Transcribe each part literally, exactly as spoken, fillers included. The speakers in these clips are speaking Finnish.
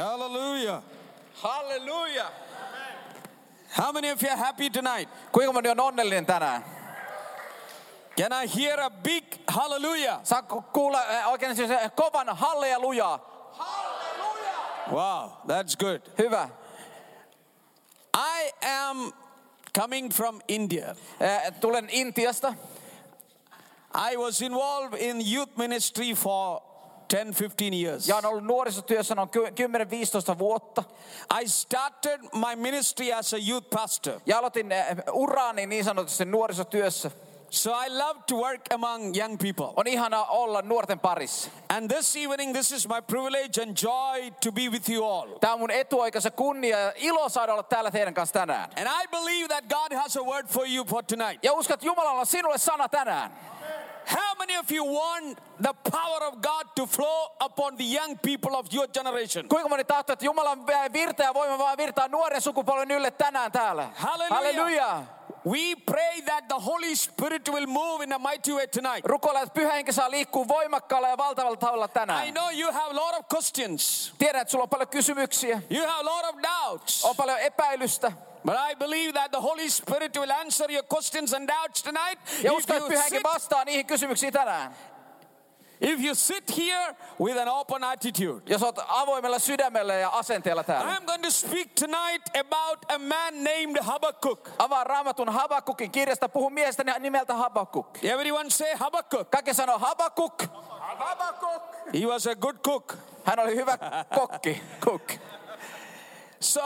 Hallelujah. Hallelujah. How many of you are happy tonight? Kuinka moni on onnellinen tänään? Can I hear a big hallelujah? Saanko kuulla äh, oikein siis äh, kovan halleluja? Wow, that's good. Hyvä. I am coming from India. Äh, tulen Intiasta. I was involved in youth ministry for ten fifteen years. Ja olen ollut nuorisotyössä noin kymmenen viisitoista vuotta. I started my ministry as a youth pastor. Ja aloitin äh, uraani niin sanotusti nuorisotyössä. So I love to work among young people. On ihana olla nuorten parissa. And this evening, this is my privilege and joy to be with you all. Tämä on mun etuoikeus ja kunnia ja ilo saada olla täällä teidän kanssa tänään. And I believe that God has a word for you for tonight. Ja uskon, että Jumalalla on sinulle sana tänään. How many of you want the power of God to flow upon the young people of your generation? Kuinka moni tahtoo, että Jumalan virta ja voima vaan virtaa nuoren sukupolven ylle tänään täällä? Hallelujah. Hallelujah. We pray that the Holy Spirit will move in a mighty way tonight. Rukoillaan, että Pyhä Henki saa liikkua voimakkaalla ja valtavalla tavalla tänään. I know you have a lot of questions. Tiedän, että sulla on paljon kysymyksiä. You have a lot of doubts. On paljon epäilystä. But I believe that the Holy Spirit will answer your questions and doubts tonight. Ja If uskon, että you Pyhä Henki sit- vastaa niihin kysymyksiin tänään. If you sit here with an open attitude. Jos olet avoimella sydämellä ja asenteella täällä. I'm going to speak tonight about a man named Habakkuk. Avaan Raamatun Habakukin kirjasta. Puhun miehestä nimeltä Habakuk. Everyone say Habakkuk. Kaikki sanoo Habakuk. Habakkuk. He was a good cook. Hän oli hyvä kokki. Cook. So,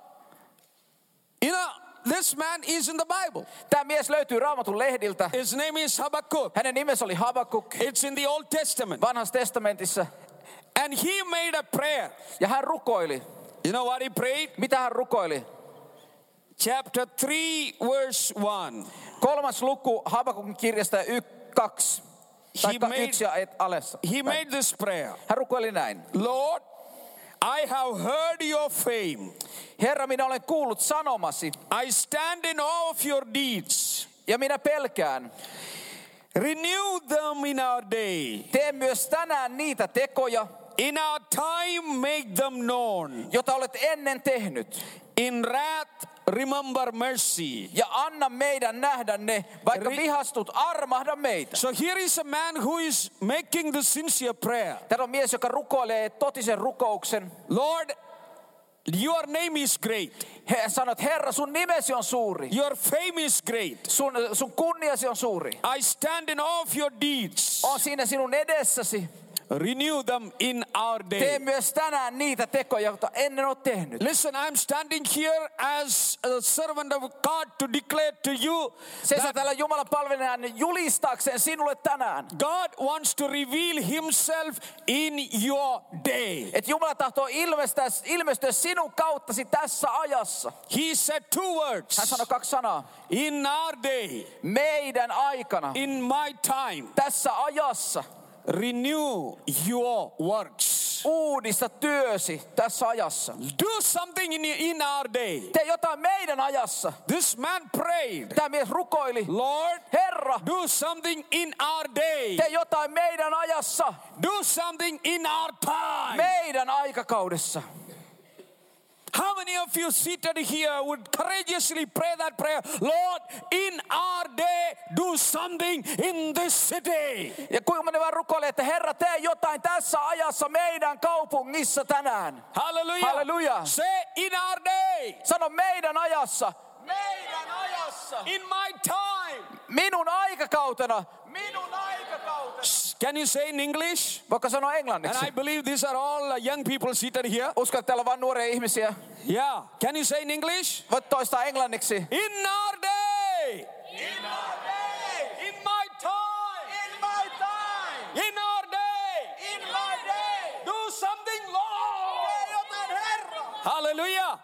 you know, this man is in the Bible. Tämä mies löytyy Raamatun lehdiltä. His name is Habakkuk. Hänen nimensä oli Habakuk. It's in the Old Testament. Vanhassa testamentissa. And he made a prayer. Ja hän rukoili. You know what he prayed? Mitä hän rukoili? Chapter three, verse one. Kolmas luku Habakukin kirjasta y- kaksi. Tai He ka- made- yksi ja et alessa. He made this prayer. Hän rukoili näin. Lord, I have heard your fame. Herra, minä olen kuullut sanomasi I stand in awe of your deeds. ja minä pelkään. Renew them in our day. Tee myös tänään niitä tekoja, In our time, make them known. jota olet ennen tehnyt. In wrath, remember mercy. Ja anna meidän nähdä ne, vaikka Ri- vihastut, armahda meitä. So here is a man who is making the sincere prayer. Täällä on mies, joka rukoilee totisen rukouksen. Lord, your name is great. He sanot, Herra, sun nimesi on suuri. Your fame is great. Sun, sun kunniasi on suuri. I stand in awe of your deeds. On siinä sinun edessäsi. Renew them in our Tee day. myös tänään niitä tekoja, joita ennen olet tehnyt. Listen, I'm standing here as a servant of God to declare to you Se saa that täällä Jumalan palvelijana julistaakseen sinulle tänään. God wants to reveal himself in your day. Että Jumala tahtoo ilmestyä, ilmestyä sinun kauttasi tässä ajassa. He said two words. Hän sanoi kaksi sanaa. In our day, Meidän aikana, in my time, tässä ajassa, renew your works. uudista työsi tässä ajassa. Do something in, in our day. Tee jotain meidän ajassa. This man prayed, Tämä mies rukoili. Lord, Herra, do something in our day. tee jotain meidän ajassa. Do something in our time. Meidän aikakaudessa. How many of you seated here would courageously pray that prayer? Lord, in our day, do something in this city. Ja kuinka moni vaan rukoilee, että Herra, tee jotain tässä ajassa meidän kaupungissa tänään. Hallelujah. Hallelujah. Say, in our day. Sano meidän ajassa. Meidän ajassa. In my time. Minun aikakautena. Minun aikakautena. Can you say in English? Voiko sanoa And englanniksi? I believe these are all uh, young people seated here. Uskon, että täällä on vain nuoria ihmisiä. Yeah. Can you say in English? Voit toistaa englanniksi. In our day. In our day. In my time. In my time. In our day. In my day. Do something, Lord. Hallelujah.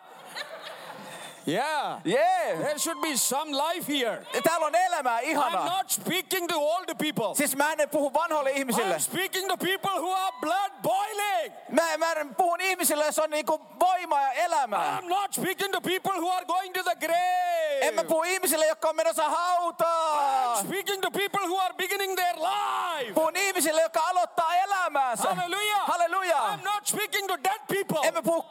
Yeah. Yeah. There should be some life here. Täällä on elämää, I'm ihanaa. not speaking to older people. Siis mä en puhu vanhoille ihmisille. I'm speaking to people who are blood boiling. Mä, mä puhun ihmisille, jos on niinku voimaa ja elämää. I'm not speaking to people who are going to the grave. En mä puhu ihmisille, jotka on menossa hautaan. I'm speaking to people who are beginning their life. Puhun ihmisille, jotka aloittaa elämäänsä. Hallelujah. Halleluja. I'm not speaking to dead people. En mä puhu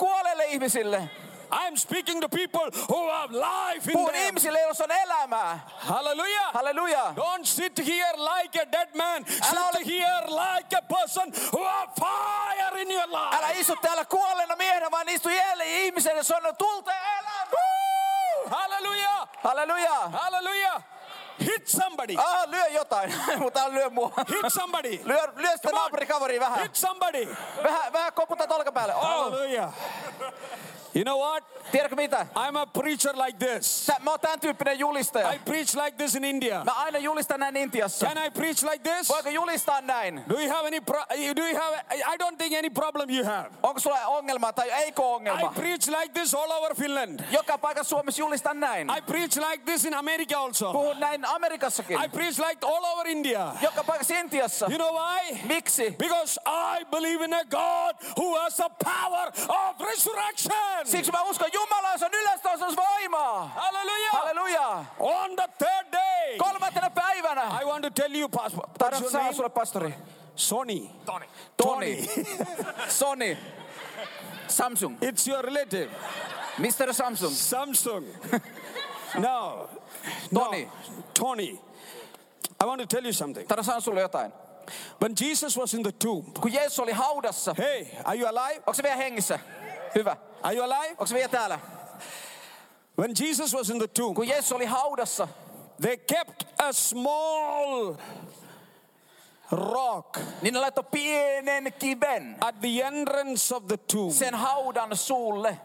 ihmisille. I'm speaking to people who have life in Puhun them. ihmisille, joilla on elämää. Hallelujah. Halleluja. Don't sit here like a dead man. Älä Sit ole- here like a person who have fire in your life. Älä istu täällä kuolleena miehenä, vaan istu jälleen ihmisen, jos on tulta elämää. Hallelujah. Halleluja. Hallelujah. Hit somebody. Ah, lyö jotain, mutta älä lyö mua. Hit somebody. Lyö, lyö sitä Come on. naapurikaveriin vähän. Hit somebody. Vähän, vähän koputat olkapäälle. Oh. Hallelujah. You know what? Tiedätkö mitä? I'm a preacher like this. Tää, mä oon tämän tyyppinen julistaja. I preach like this in India. Mä aina julistan näin Intiassa. Can I preach like this? Voiko julistaa näin? Do you have any pro- do you have I don't think any problem you have. Onko sulla ongelma tai eikö I ongelma? preach like this all over Finland. Joka paikassa Suomessa julistan näin. I preach like this in America also. Puhun näin Amerikassakin. I preach like all over India. Joka paikassa Intiassa. You know why? Miksi? Because I believe in a God who has the power of resurrection. Siksi mä uskon Jumalaan, se on ylösnousemusvoimaa. Hallelujah. Halleluja. On the third day. Kolmantena päivänä. I want to tell you, Pastor. Tarvitsen What's your sanoa name? sulle, pastori. Sony. Toni. Toni. Sony. Samsung. It's your relative. mister Samsung. Samsung. No. Tony. No. Tony. I want to tell you something. Tarvitsen sanoa sulle jotain. When Jesus was in the tomb. Kun Jeesus oli haudassa. Hey, are you alive? Onko se vielä hengissä? Hyvä. Are you alive? Onko se vielä täällä? When Jesus was in the tomb, Kun Jeesus oli haudassa, they kept a small rock niin ne laittoi pienen kiven at the entrance of the tomb. sen haudan suulle.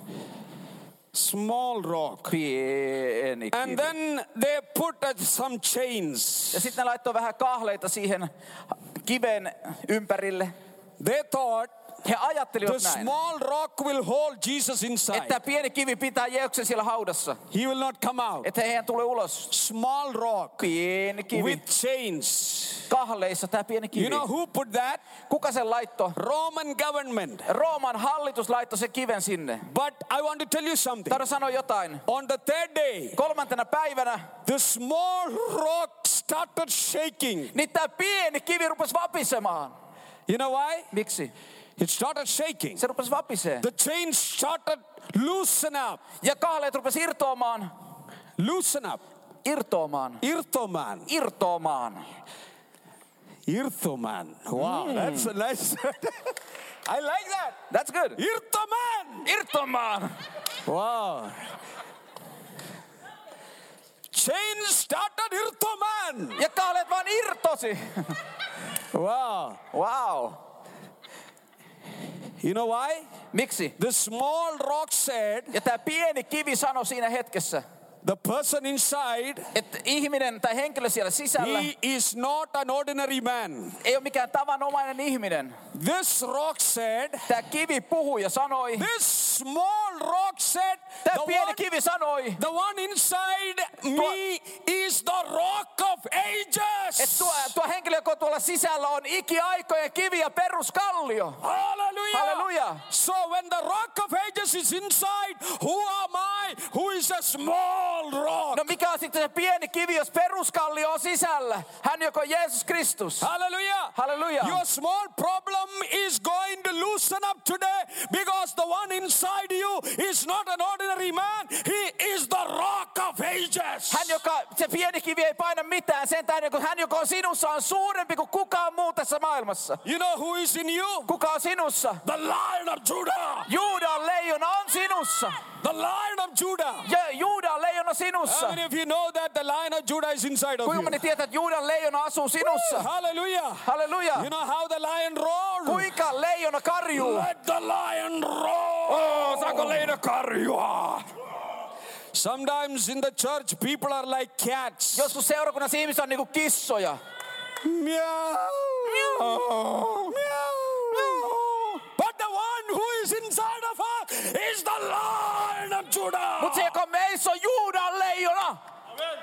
Small rock. Pieni kivi. And then they put uh, some chains. Ja sitten ne laittoi vähän kahleita siihen kiven ympärille. They thought He ajattelivat the näin, small rock will hold Jesus inside. että pieni kivi pitää Jeesuksen siellä haudassa. He will not come out. Että heidän tulee ulos. Small rock Pieni kivi. with chains. Kahleissa tämä pieni kivi. You know who put that? Kuka sen laittoi? Roman government. Rooman hallitus laittoi sen kiven sinne. But I want to tell you something. Tarvitsen sanoa jotain. On the third day, Kolmantena päivänä, the small rock started shaking. niin tämä pieni kivi rupesi vapisemaan. You know why? Miksi? It started shaking. Se rupesi vapisee. The chains started loosen up. Ja kahleet rupesi irtoamaan. Loosen up. Irtoamaan. Irtoman. Irtoamaan. Irtoman. Wow, mm. That's a nice. I like that. That's good. Irtoman. Irtoamaan. Wow. Chains started irtoman. Ja kahleet vaan irtosi. Wow. Wow. You know why? Miksi? The small rock said, Ja tämä pieni kivi sanoi siinä hetkessä, the person inside, että ihminen tai henkilö siellä sisällä he is not an ordinary man. ei ole mikään tavanomainen ihminen. This rock said, Tämä kivi puhui ja sanoi, this small rock said, tämä the pieni one, kivi sanoi, the one inside me is the rock of ages. että tuo, tuo henkilö, joka tuolla sisällä on ikiaikojen kivi ja peruskallio. Hallelujah. Hallelujah. So when the rock of ages is inside, who am I? Who is a small rock? No mikä on sitten se pieni kivi, jos peruskallio on sisällä? Hän, joka on Jeesus Kristus. Hallelujah. Hallelujah. Your small problem is going to loosen up today because the one inside you is not an ordinary man. He is the rock of ages. Hän, joka, se pieni kivi ei paina mitään sen tähden, kun hän, joka on sinussa, on suurempi kuin kukaan muu tässä maailmassa. You know who is in you? Kuka on sinussa? The Lion of Judah. Juudan leijona on sinussa. The Lion of Judah. Ja Juudan leijona sinussa. How many of you know that the Lion of Judah is inside of Kuinka you? moni tietää, että Juudan leijona asuu sinussa? Hallelujah. Halleluja. You know how the lion roars? Kuinka leijona karjuu? Let the lion roar. Oh, saako leijona karjua? Sometimes in the church people are like cats. Joskus seurakunnassa ihmiset on niinku kissoja. Meow. Meow. Meow. But the one who is inside of us is the Lion of Judah. Mutta se, joka meissä on Juudan leijona.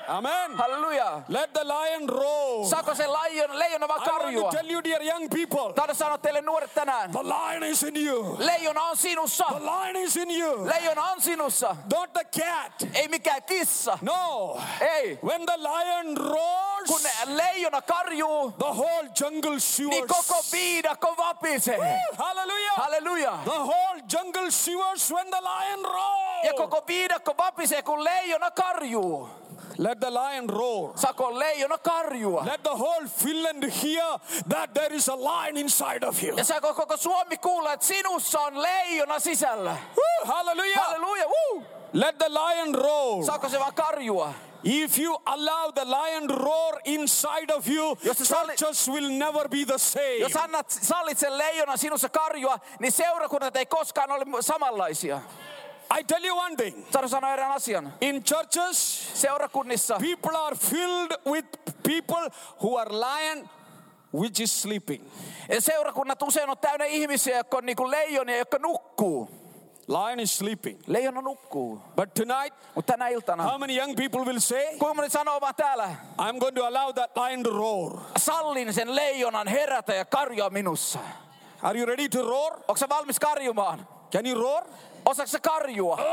Amen. Halleluja. Let the lion roar. Saako se leijona, leijona vaan I want karjua? to tell you, dear young people, Tahdon sanoa teille nuoret tänään. the lion is in you. Leijona on sinussa. The lion is in you. Leijona on sinussa. Not the cat. Ei mikään kissa. No. Ei. When the lion Kun roars, leijona karjuu, the whole jungle niin shivers. koko viidakko vapisee. Hallelujah. Halleluja. The whole jungle shivers when the lion roars. Ja koko viidakko vapisee, kun leijona karjuu. Let the lion roar. Saako leijona karjua? Let the whole Finland hear that there is a lion inside of you. Ja saako koko Suomi kuulla, että sinussa on leijona sisällä? Woo, hallelujah. Halleluja. Woo. Let the lion roar. Saako se vaan karjua? If you allow the lion roar inside of you, Jos sä salli- churches will never be the same. Jos annat, sallit sen leijonan sinussa karjua, niin seurakunnat ei koskaan ole samanlaisia. I tell you one thing. Saanko sanoa erään asian? In churches, Seurakunnissa people are filled with people who are lion which is sleeping. seurakunnat usein on täynnä ihmisiä, jotka on niin kuin leijonia, jotka nukkuu. Lion is sleeping. Leijona nukkuu. But tonight, Mutta tänä iltana, how many young people will say, kuinka moni sanoo vaan täällä, I'm going to allow that lion to roar. sallin sen leijonan herätä ja karjaa minussa. Are you ready to roar? Onko sä valmis karjumaan? Can you roar? Osaatko sä karjua? Oh!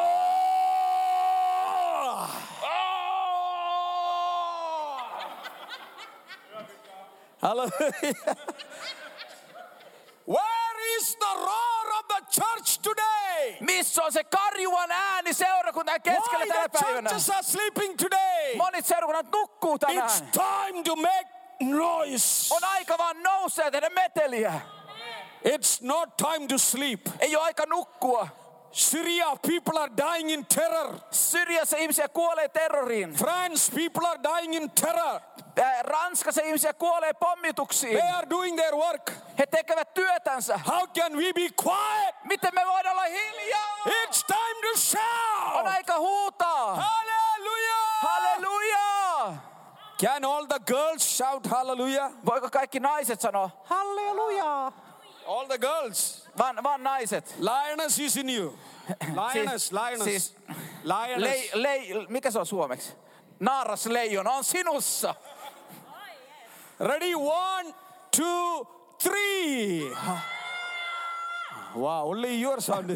Hallelujah. Where is the roar of the church today? Missä on se karjuvan ääni seurakunnan keskellä Why tänä the päivänä? churches are sleeping today? Monit seurakunnat nukkuu It's tänään. time to make noise. On aika vaan nousea ja tehdä meteliä. It's not time to sleep. Ei ole aika nukkua. Syria, people are dying in terror. Syyriassa ihmisiä kuolee terroriin. France, people are dying in terror. Ää, Ranskassa ihmisiä kuolee pommituksiin. They are doing their work. He tekevät työtänsä. How can we be quiet? Miten me voidaan olla hiljaa? It's time to On shout. aika huutaa. Hallelujah. Halleluja! Can all the girls shout hallelujah? Voiko kaikki naiset sanoa halleluja? All the girls. Vaan, vaan naiset. Lioness is in you. Lioness, Siis- lioness. siis- Lioness. Lei, lei, mikä se on suomeksi? Naaras leijona on sinussa. Ready? One, two, three. Wow, only your sound.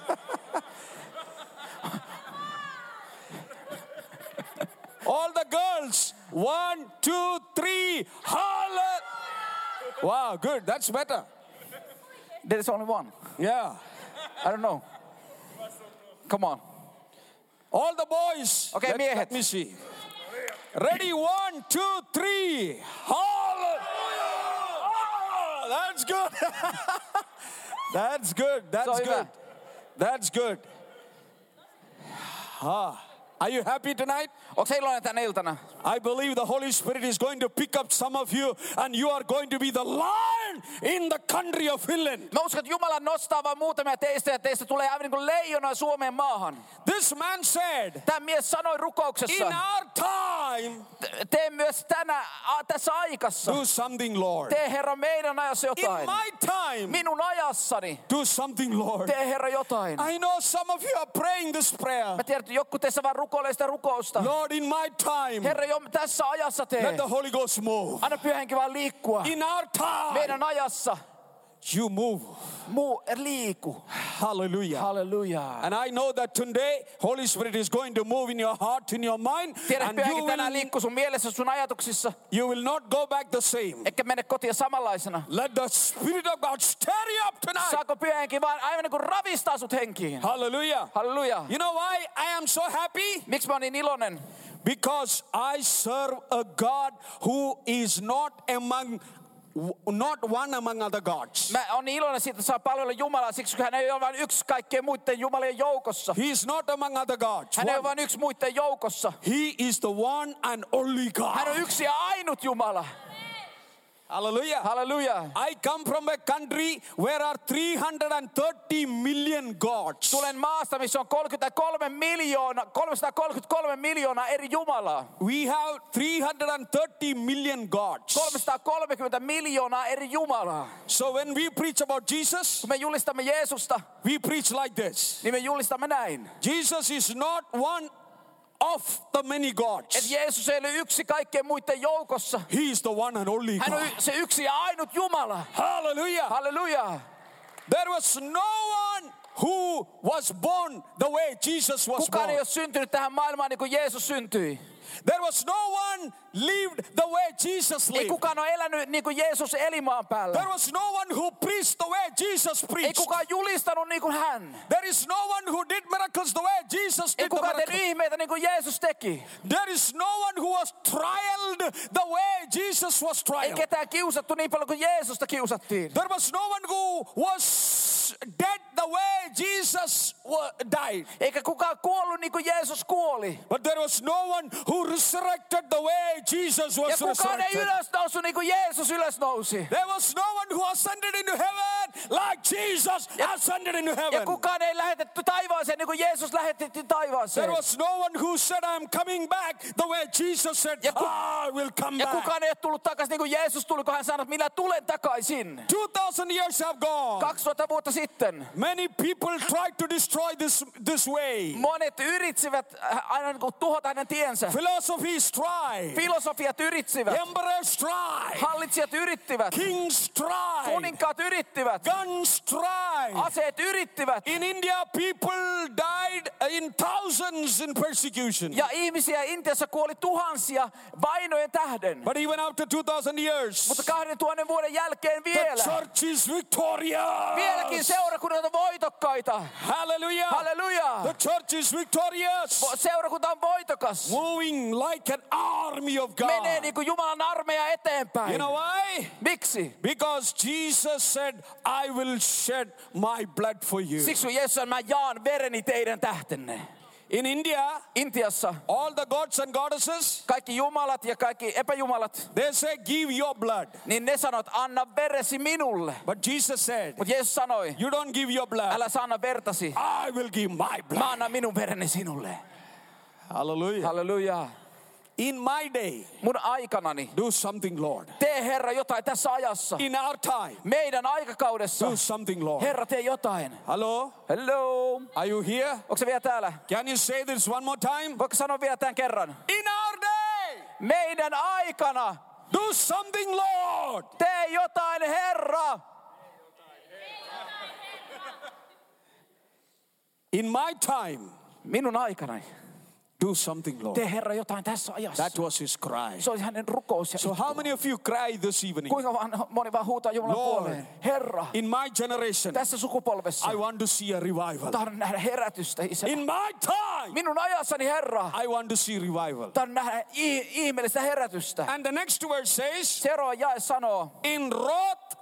All the girls. One, two, three. Hallelujah. Wow, good. That's better. There's only one. Yeah. I don't know. Come on. All the boys. Okay, let, miehet. let me see. Ready? One, two, three. Hallelujah. Oh, that's good. That's good. That's So, good. hyvä. That's good. Ah. Are you happy tonight? Onko se iloinen tänä iltana? I believe the Holy Spirit is going to pick up some of you and you are going to be the lion in the country of Finland. Mä uskon, että Jumala nostaa vain muutamia teistä ja teistä tulee aivan niin kuin leijona Suomeen maahan. This man said, Tämä mies sanoi rukouksessa, in our time, "Te- tee myös tänä, a, tässä aikassa. do something, Lord. Tee Herra meidän ajassa In jotain. my time, Minun ajassani. do something, Lord. Tee Herra jotain. I know some of you are praying this prayer. Mä tiedän, että joku teistä vaan rukoilee sitä rukousta. Lord, in my time, Herra, jo tässä ajassa tee. let the Holy Ghost move. Anna Pyhä Henki vaan liikkua. In our time, Meidän ajassa you move. muu liiku. Hallelujah. Halleluja. And I know that today, Holy Spirit is going to move in your heart, in your mind, Tiedät, and Pyhä you Henki tänään will, liikkuu sun mielessä, sun ajatuksissa. you will not go back the same. Eikä mene kotiin samanlaisena. Let the Spirit of God stir you up tonight. Saako Pyhä Henki vaan aivan niin kuin ravistaa sut henkiin. Hallelujah. Halleluja. You know why I am so happy? Miksi mä oon niin iloinen? Because I serve a God who is not among, not one among other gods. Mä oon niin iloinen siitä, että saa palvella Jumalaa siksi, kun hän ei ole vain yksi kaikkien muiden Jumalien joukossa. He is not among other gods. Hän ei ole One. vain yksi muiden joukossa. He is the one and only Hän on God. yksi ja ainut Jumala. Hallelujah. Halleluja. I come from a country where are three hundred thirty million gods. Tulen maasta, missä on kolmekymmentäkolme miljoonaa, kolmesataakolmekymmentäkolme miljoonaa eri Jumalaa. We have three hundred thirty million gods. kolmesataakolmekymmentä miljoonaa eri Jumalaa. So when we preach about Jesus, Kun me julistamme Jeesusta, we preach like this. niin me julistamme näin. Jesus is not one of the many Että gods. Jeesus ei ole yksi kaikkien muiden joukossa. He is the one and only Hän on God. y- se yksi ja ainut Jumala. Hallelujah. Halleluja. There was no one who was born the way Jesus was Kukaan ei born. ole syntynyt tähän maailmaan niin kuin Jeesus syntyi. There was no one lived the way Jesus Ei lived. kukaan ole elänyt niin kuin Jeesus eli maan päällä. There was no one who preached the way Jesus Ei preached. kukaan julistanut niin kuin hän. There is no one who did miracles the way Jesus Ei did the kukaan tehnyt miracles. ihmeitä niin kuin Jeesus teki. There is no one who was trialed the way Jesus was Ei trialed. ketään kiusattu niin paljon kuin Jeesusta kiusattiin. There was no one who was dead the way Jesus wa- died. Eikä kukaan kuollut niin kuin Jeesus kuoli. But there was no one who resurrected the way Jesus Ja was kukaan ei resurrected. ylös noussut niin kuin Jeesus ylös nousi. There was no one who ascended into heaven like Jesus ascended into Ja heaven. kukaan ei lähetetty taivaaseen niin kuin Jeesus lähetettiin taivaaseen. There was no one who said, I'm coming back the way Jesus said, Ja ku- I will come Ja back. kukaan ei ole tullut takaisin niin kuin Jeesus tuli, kun hän sanoi, että minä tulen takaisin. Two thousand years have gone. kaksituhatta vuotta sitten. Many people tried to destroy this, this way. Monet yritsivät äh, aina niin kuin tuhota hänen tiensä. Philosophies tried. Filosofiat yritsivät. Emperors tried. Hallitsijat yrittivät. Kings tried. Kuninkaat yrittivät. Guns tried. Aseet yrittivät. In India, people died in thousands in persecution. Ja ihmisiä Intiassa kuoli tuhansia vainojen tähden. But even after two thousand years, Mutta kahdentuhannen vuoden jälkeen the vielä. church is victorious. Vieläkin seurakunnat on voitokkaita. Hallelujah. Halleluja. The church is victorious. Seurakunta on voitokas. Moving like an army of God. Menee niin kuin Jumalan armeija eteenpäin. You know why? Miksi? Because Jesus said, I will shed my blood for you. Siksi kun Jeesus sanoi, mä jaan vereni teidän tähtenne. In India, Intiassa all the gods and goddesses, kaikki jumalat ja kaikki epäjumalat, they say, give your blood. niin ne sanovat, anna veresi minulle. But Jesus said, Mutta Jeesus sanoi, you don't give your blood. älä saa anna vertasi. I will give my blood. Mä annan minun vereni sinulle. Hallelujah. Halleluja. In my day, Mun aikanani, do something, Lord. tee Herra jotain tässä ajassa. In our time, Meidän aikakaudessa, do something, Lord. Herra tee jotain. Hello? Hello. Are you here? Onko se vielä täällä? Can you say this one more time? Voitko sanoa vielä tämän kerran? In our day, Meidän aikana, do something, Lord. tee jotain Herra. In my time, Minun aikanani, do something, Lord. tee Herra jotain tässä ajassa. That was his cry. Se oli hänen rukous ja So how many of you cry this evening? kuinka vaan moni vaan huutaa Jumalan Lord. puoleen. Herra, In my generation, tässä sukupolvessa I want to see a revival. tahdon nähdä herätystä, Isä. In my time, Minun ajassani, Herra, I want to see revival. tahdon nähdä i- ihmeellistä herätystä. And the next word says, Seuraava jae sanoo, in wrath,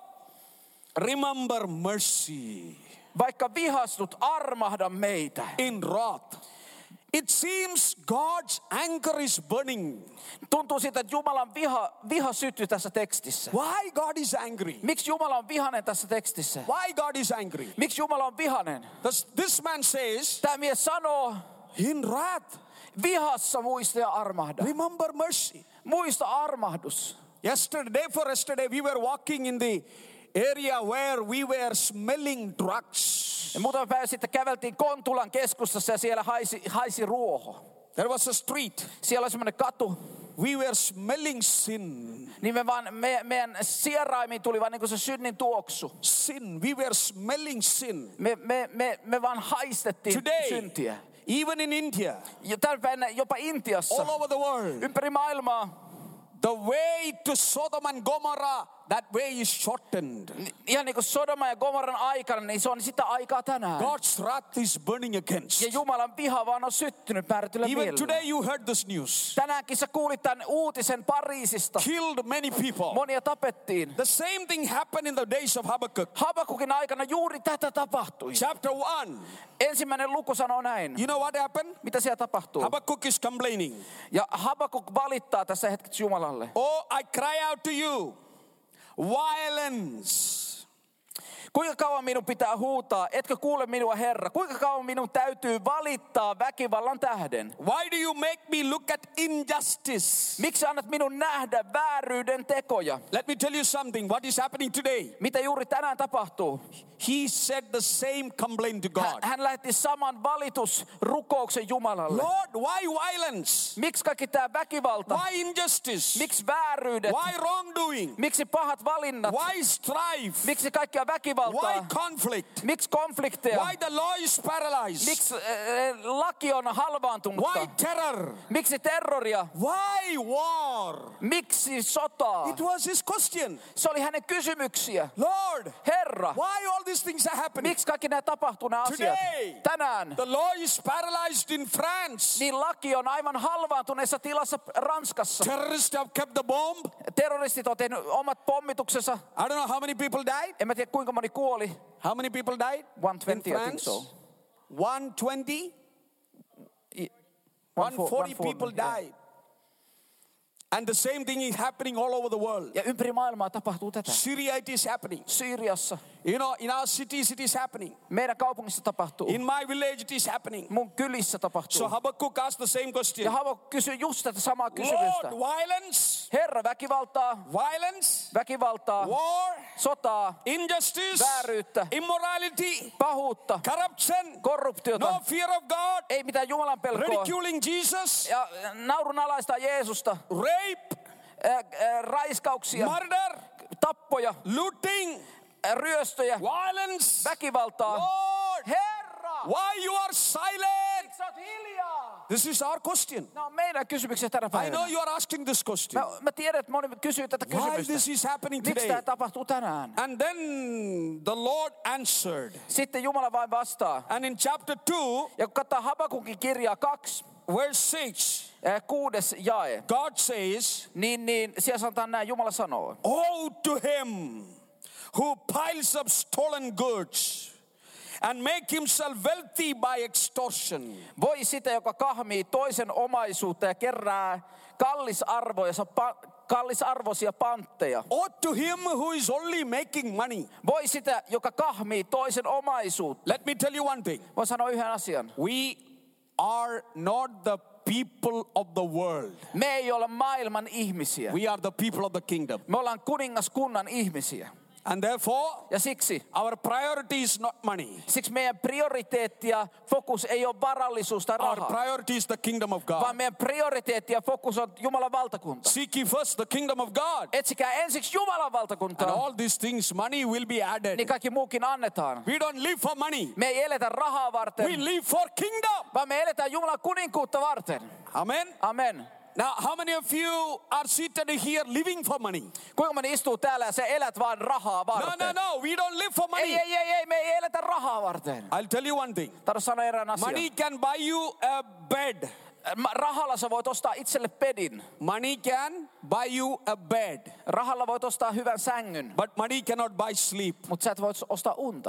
remember mercy. vaikka vihastut, armahda meitä. In wrath. It seems God's anger is burning. Tuntuu siitä, että Jumalan viha, viha syttyy tässä tekstissä. Why God is angry? Miksi Jumala on vihainen tässä tekstissä? Why God is angry? Miksi Jumala on vihainen? This, this man says, Tämä mies sanoo, in wrath, vihassa muista ja armahda. remember mercy. Muista armahdus. Yesterday, day for yesterday, we were walking in the area where we were smelling drugs. Ja muutama päivä sitten käveltiin Kontulan keskustassa ja siellä haisi, haisi ruoho. There was a street. Siellä oli semmoinen katu. We were smelling sin. Niin me vaan, me, meidän sieraimiin tuli vaan niin kuin se synnin tuoksu. Sin. We were smelling sin. Me, me, me, me vaan haistettiin Today, syntiä. even in India, Ja tämän päivänä jopa Intiassa, all over the world, ympäri maailmaa, the way to Sodom and Gomorrah, that way is shortened. ihan niin kuin Sodoma ja Gomorran aikana, niin se on sitä aikaa tänään. God's wrath is burning against. Ja Jumalan viha vaan on syttynyt määrätyllä Even mielellä. today you heard this news. Tänäänkin sä kuulit tämän uutisen Pariisista. Killed many people. Monia tapettiin. The same thing happened in the days of Habakkuk. Habakukin aikana juuri tätä tapahtui. Chapter one. Ensimmäinen luku sanoo näin. You know what happened? Mitä siellä tapahtuu? Habakkuk is complaining. Ja Habakuk valittaa tässä hetkessä Jumalalle. Oh, I cry out to you. Violence. Kuinka kauan minun pitää huutaa, etkö kuule minua, Herra? Kuinka kauan minun täytyy valittaa väkivallan tähden? Why do you make me look at injustice? Miksi annat minun nähdä vääryyden tekoja? Let me tell you something. What is happening today? Mitä juuri tänään tapahtuu? He said the same complaint to Hän, God. hän lähetti saman valitusrukouksen Jumalalle. Lord, why violence? Miksi kaikki tämä väkivalta? Why injustice? Miksi vääryydet? Why wrongdoing? Miksi pahat valinnat? Why strife? Miksi kaikkia väkivaltaa? Why conflict? Miksi konflikteja? Why the law is paralyzed? Miksi äh, laki on halvaantunutta? Why terror? Miksi terroria? Why war? Miksi sotaa? It was his question. Se oli hänen kysymyksiä. Lord, Herra, why all these things are happening? miksi kaikki nämä tapahtuu, nämä asiat? Today, Tänään the law is paralyzed in France. niin laki on aivan halvaantuneessa tilassa Ranskassa. Terrorists have kept the bomb. Terroristit on tehnyt omat pommituksensa. I don't know how many people died. En mä tiedä kuinka moni kuoli. How many people died? one twenty, in I think France? so. one twenty? I- one forty one forty, people yeah. died. And the same thing is happening all over the world. Ja ympäri maailmaa tapahtuu tätä. Syria, it is happening. Syyriassa. You know, in our cities it is happening. Meidän kaupungissa tapahtuu. In my village it is happening. Mun kylissä tapahtuu. So Habakkuk asked the same Ja question. Havak kysyi just tätä samaa kysymystä. Lord, violence, Herra, väkivaltaa, violence, väkivaltaa, war, sotaa, injustice, vääryyttä, immorality, pahuutta, corruption, korruptiota, no fear of God, ei mitään Jumalan pelkoa. ridiculing Jesus, Ja naurunalaista Jeesusta, rape, ää, ää, raiskauksia, murder, tappoja, looting, ää, ryöstöjä, violence. väkivaltaa. Lord, Herra, why you are silent? miksi sä oot hiljaa? This is our question. Nämä on meidän kysymyksiä tänä I know päivänä. you are asking this question. Mä, mä tiedän, että moni kysyy tätä Why kysymystä. this is happening Miksi today? tämä tapahtuu tänään? And then the Lord answered. Sitten Jumala vain vastaa. And in chapter two, Ja kun katsoo Habakukin kirjaa kaksi, verse six, ää, kuudes jae, God says, niin, niin siellä sanotaan näin, Jumala sanoo. "Woe to him who piles up stolen goods and make himself wealthy by extortion." Voi sitä, joka kahmii toisen omaisuutta ja kerää kallisarvoisia, pa, kallisarvoisia pantteja. Woe to him who is only making money. Voi sitä, joka kahmii toisen omaisuutta. Let me tell you one thing. Voin sanoa yhden asian. We are not the people of the world. Me ei ole maailman ihmisiä. We are the people of the kingdom. Me ollaan kuningaskunnan ihmisiä. And therefore, Ja siksi, our priority is not money. siksi meidän prioriteetti ja fokus ei ole varallisuus tai Our raha, priority is the kingdom of vaan God. meidän prioriteetti ja fokus on Jumalan valtakunta. Seek ye first the kingdom of God. Etsikää ensiksi Jumalan And valtakuntaa, all these things, money will be added. niin kaikki muukin annetaan. We don't live for money. Me ei eletä rahaa We varten, live for kingdom. vaan me eletään Jumalan kuninkuutta varten. Amen. Amen. Now, how many of you are seated here living for money? Kuinka moni istuu täällä ja sä elät vain rahaa No, varten? no, no. We don't live for money. Ei, ei, ei, ei, me ei eletä rahaa varten. I'll tell you one thing. Tarvitsen sanoa erään asian. Money can buy you a bed. Ma- Rahalla sä voit ostaa itselle pedin. Money can buy you a bed. Rahalla voit ostaa hyvän sängyn, But money cannot buy sleep. mutta sä et voit ostaa unta.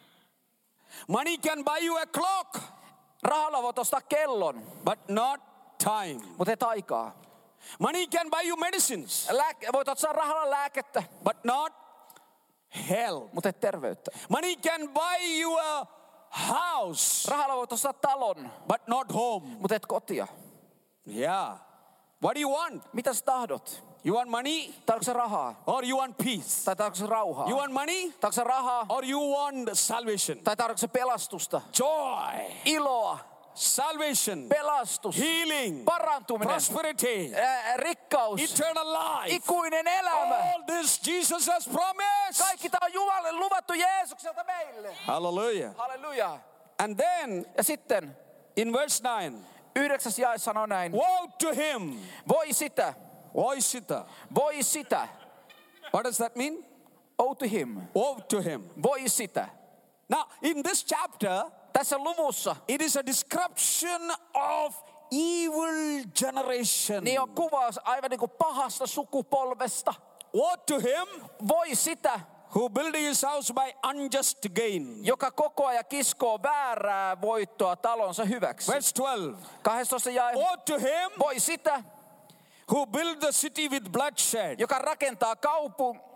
Money can buy you a clock. Rahalla voit ostaa kellon, But not time. mutta et aikaa. Money can buy you medicines. Lääke- voit ostaa rahalla lääkettä, But not health. mutta et terveyttä. Money can buy you a house. Rahalla voit ostaa talon, But not home. mutta et kotia. Yeah. What do you want? Mitä sä tahdot? You want money Tarvitsetko sä rahaa? or you want peace? Tai tarvitsetko sä rauhaa? You want money Tarvitsetko sä rahaa? or you want salvation? Tai tarvitsetko sä pelastusta? Joy, Iloa, salvation, pelastus, healing, parantuminen, prosperity, ää, rikkaus, eternal life. ikuinen elämä. All this Jesus has promised. Kaikki tämä on Jumalalle luvattu Jeesukselta meille. Hallelujah. Halleluja. And then Ja sitten in verse nine, yhdeksäs jae sanoo näin. woe to him. Voi sitä, Woe sitä. voi sitä. What does that mean? Oh to him. Woe to him. Voi sitä. Now, in this chapter, Tässä luvussa it is a description of evil generation. niin on kuvaus aivan niin kuin pahasta sukupolvesta. Woe to him Voi sitä, who built his house by unjust gain. joka koko ajan kiskoo väärää voittoa talonsa hyväksi. Verse twelve. kahdestoista jae. Woe to him Voi sitä, who built the city with bloodshed. joka rakentaa kaupung,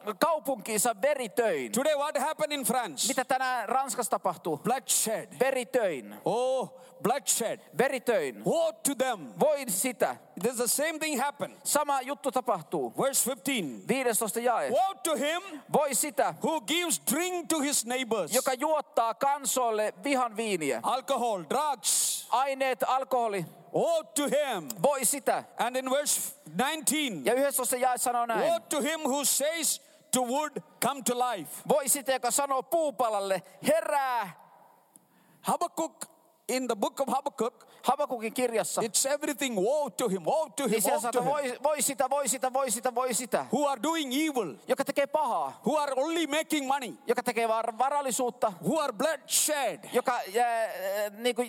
kaupunkiinsa veritöin. Today what happened in France? Mitä tänään Ranskassa tapahtuu? Bloodshed. Veritöin. Oh, bloodshed. Veritöin. Woe to them. Voi sitä. There's the same thing happen. Sama juttu tapahtuu. Verse fifteen. viidestoista jae. Woe to him Voi sitä, who gives drink to his neighbors. joka juottaa kansoille vihan viiniä. Alcohol, drugs. Aineet, alkoholi. Woe to him. Voi sitä. And in verse nineteen. Ja yhdestoista jae sanoo näin. Woe to him who says to wood, come to life. Voi sitä, joka sanoo puupalalle, herää. Habakkuk, in the book of Habakkuk, Habakukin kirjassa. it's everything woe to him, woe to him, Niin siellä woe to sanoo, him. voi, voi sitä, voi sitä, voi sitä, voi sitä. Who are doing evil, Joka tekee pahaa. who are only making money, Joka tekee var- varallisuutta. who are bloodshed, Joka äh, äh, niinku,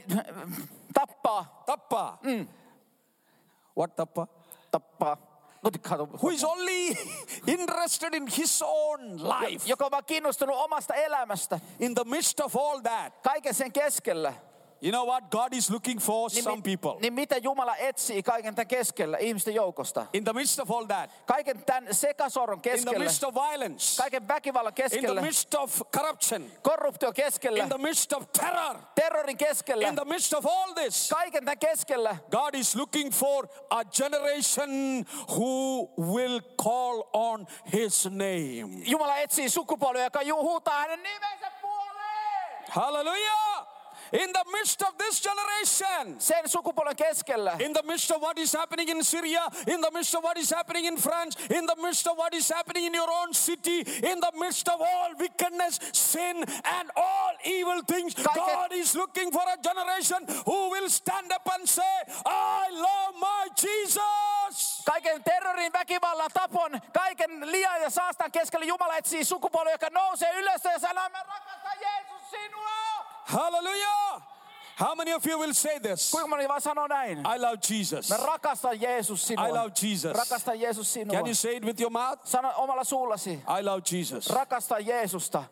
tappaa. tappa. Mm. What tappa? Tappaa. Who is only interested in his own life. Joka on vaan kiinnostunut omasta elämästä. In the midst of all that, Kaiken sen keskellä. you know what? God is looking for Niin, some people. niin mitä Jumala etsii kaiken tämän keskellä ihmisten joukosta? In the midst of all that, Kaiken tämän sekasorron in the keskellä. midst of violence, Kaiken väkivallan in the keskellä. midst of corruption, Korruptio keskellä. in the midst of terror, Terrorin keskellä. in the midst of all this, Kaiken tämän keskellä. God is looking for a generation who will call on his name. Jumala etsii sukupolvia, joka ju- huutaa hänen nimensä puoleen. Hallelujah! In the midst of this generation, Sen sukupolven keskellä. in the midst of what is happening in Syria, in the midst of what is happening in France, in the midst of what is happening in your own city, in the midst of all wickedness, sin, and all evil things, Kaiken- God is looking for a generation who will stand up and say, I love my Jesus. Kaiken terrorin, väkivallan, tapon, kaiken lian ja saastan keskellä Jumala etsii sukupolvia, joka nousee ylös ja sanoo, mä rakastan Jeesus sinua. Hallelujah. How many of you will say this? Kuinka moni vaan sanoo näin? I love Jesus. Mä rakastan Jeesus sinua. I love Jesus. Rakastan Jeesus sinua. Can you say it with your mouth? Sano omalla suullasi. I love Jesus. Rakastan Jeesusta.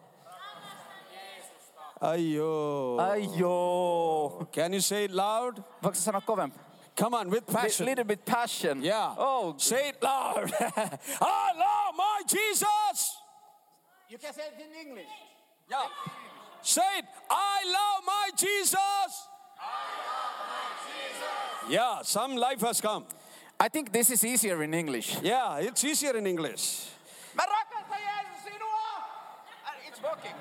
Ayyo. Ai joo. Can you say it loud? Voitko sä sanoa kovempi? Come on, with A passion. little bit passion. Yeah. Oh. Say it loud. I love my Jesus. You can say it in English. Yeah. Say it. I love my Jesus. Yeah, some life has come. I think this is easier in English. Yeah, it's easier in English. Mä rakastan Jeesus sinua. And it's working.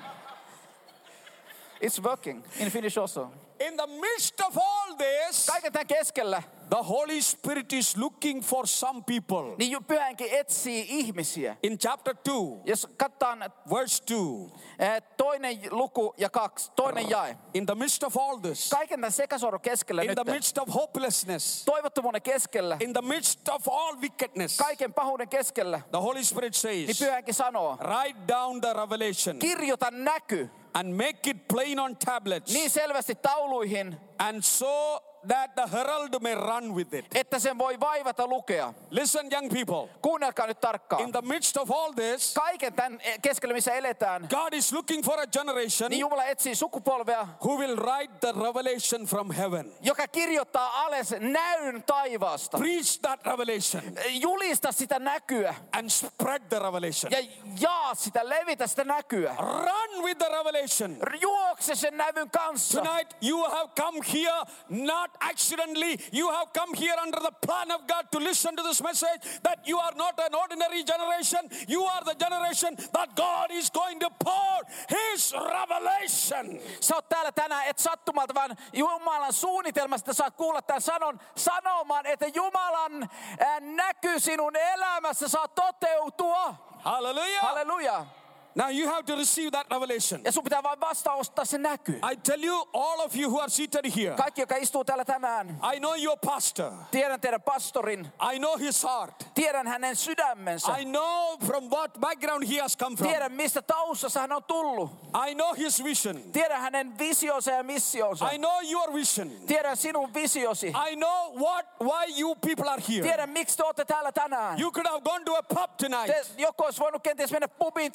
It's working in Finnish also. In the midst of all this, Kaiken tämän keskellä, the Holy Spirit is looking for some people. niin ju- Pyhä Henki etsii ihmisiä. In chapter two, Jos katsotaan verse two, eh, toinen luku ja kaksi, toinen jae. in the midst of all this, Kaiken tämän sekasorron keskellä in nyt, the midst of hopelessness, toivottomuuden keskellä, in the midst of all wickedness, kaiken pahuuden keskellä, the Holy Spirit niin says, Pyhä Henki sanoo, write down the revelation kirjoita näky and make it plain on tablets, niin selvästi tauluihin, and so that the herald may run with it. että sen voi vaivata lukea. Listen, young people, Kuunnelkaa nyt tarkkaan. in the midst of all this, Kaiken tämän keskellä, missä eletään, God is looking for a generation niin Jumala etsii sukupolvea, who will write the revelation from heaven. joka kirjoittaa alas näyn taivaasta. Preach that revelation Julista sitä näkyä and spread the revelation. ja jaa sitä, levitä sitä näkyä. Run with the revelation. Juokse sen nävyn kanssa. Tonight you have come here not accidentally. You have come here under the plan of God to listen to this message that you are not an ordinary generation. You are the generation that God is going to pour his revelation. Sä oot täällä tänään, et sattumalta, vaan Jumalan suunnitelmasta saat kuulla tämän sanon, sanomaan, että Jumalan ää, näky sinun elämässä saa toteutua. Hallelujah. Halleluja. Now you have to receive that revelation. Ja sun pitää vain vastaanottaa se näky. I tell you, all of you who are seated here, Kaikki, joka istuu täällä tänään, I know your pastor. tiedän teidän pastorin, I know his heart. tiedän hänen sydämensä, I know from what background he has come from. tiedän mistä taustassa hän on tullut, I know his vision. tiedän hänen visionsa ja missionsa, I know your vision. tiedän sinun visiosi, I know what, why you people are here. tiedän miksi te olette täällä tänään. You could have gone to a pub tonight. Te, joku olisi voinut kenties mennä pubiin tai johonkin muuhun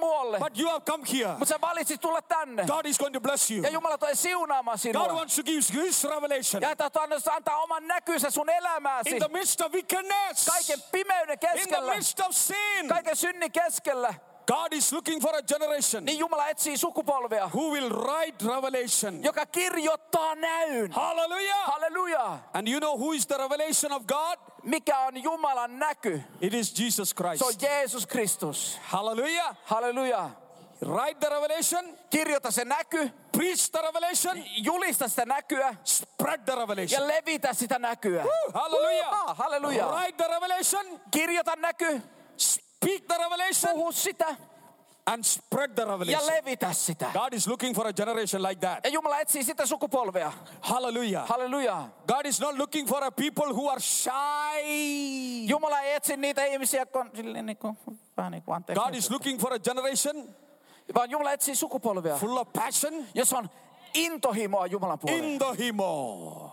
tuolle. But you have come here. Mutta sä valitsit tulla tänne. God is going to bless you. Ja Jumala tulee siunaamaan sinua. God wants to give His revelation. Ja että antaa oman näkynsä sun elämääsi. In the midst of wickedness. Kaiken pimeyden In the keskellä. midst of sin. Kaiken synnin keskellä. God is looking for a generation. Niin Jumala etsii sukupolvea. Who will write revelation. Joka kirjoittaa näyn. Hallelujah. Halleluja. And you know who is the revelation of God? Mikä on Jumalan näky? It is Jesus Christ. Se on Jeesus Kristus. Hallelujah. Halleluja. Write the revelation. Kirjoita se näky. Preach the revelation. Julista sitä näkyä. Spread the revelation. Ja levitä sitä näkyä. Woo, hallelujah. Uh, halleluja. Write the revelation. Kirjoita näky. Speak the revelation. Puhu sitä. And spread the Ja revelation. levitä sitä. God is looking for a generation like that. Ja Jumala etsii sitä sukupolvea. Hallelujah. Halleluja. God is not looking for a people who are shy. Jumala ei etsi niitä ihmisiä, kun, niin kuin, vähän niin kuin anteeksi. God is looking for a generation Vaan Jumala etsii sukupolvea, full of passion. jos on intohimoa Jumalan puoleen. Intohimo.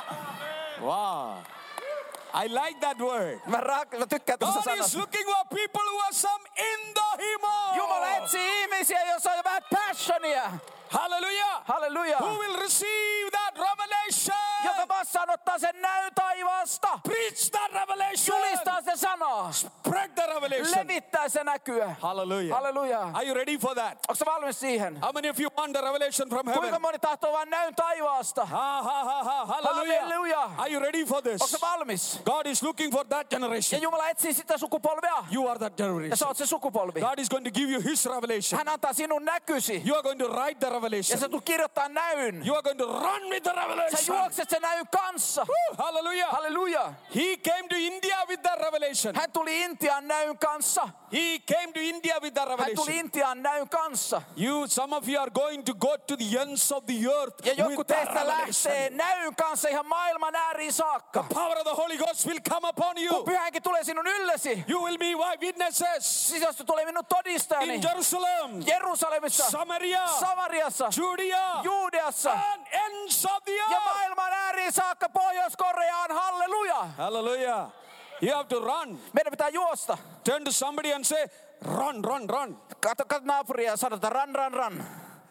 Wow. I like that word. Mä, ra- mä tykkään tuosta God is sanasta. looking for people who are some intohimo. Jumala etsii ihmisiä, jos on vähän passionia. Hallelujah. Halleluja. Who will receive that revelation? Joka vastaanottaa sen näyn taivaasta. Preach that revelation. Julistaa se sanaa. Spread the revelation. Levittää se näkyä. Hallelujah. Halleluja. Are you ready for that? Onko sä valmis siihen? How many of you want the revelation from heaven? Kuinka moni tahtoo vaan näyn taivaasta? Ha ha ha ha. Hallelujah. Hallelujah. Are you ready for Onko sä this? valmis? God is looking for that Ja generation. Jumala etsii sitä sukupolvea. You are that Ja generation. sä oot se sukupolvi. God is going to give you His revelation. Hän antaa sinun näkysi. You are going to write the Ja revelation. sä tulet kirjoittaa näyn. You are going to run with the Sä revelation. juokset sen näyn kanssa. Woo, hallelujah. Halleluja. He came to India with that revelation. Hän tuli Intian näyn kanssa. He came to India with that Hän tuli revelation. Intian näyn kanssa. You, some of you are going to go to the ends of the earth Ja with joku that teistä lähtee revelation. näyn kanssa ihan maailman ääriin saakka. Power of the Holy Ghost will come upon Kun you. Pyhä Henki tulee sinun yllesi. You will be my witnesses Siis jos tulee minun todistajani. in Jerusalem, Jerusalemissa. Samaria, Samariassa. Judea, Juudeassa. and ends of the Ja earth. maailman ääriin saakka Pohjois-Koreaan. Halleluja. Hallelujah. You have to run. Meidän pitää juosta. Turn to somebody and say, run, run, run. Kato, kato naapuria ja sanotaan ran, ran, ran.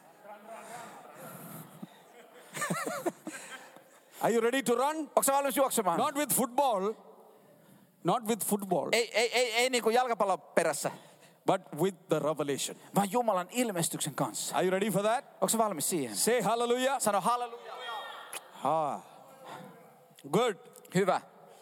Are you ready to run? Onko sä valmis juoksemaan? Not with football. Not with football. Ei, ei, ei, ei niin kuin jalkapallon perässä, But with the revelation. vaan Jumalan ilmestyksen kanssa. Are you ready for that? Onko sä valmis siihen? Say hallelujah. Sano halleluja. Ah. Good. Hyvä.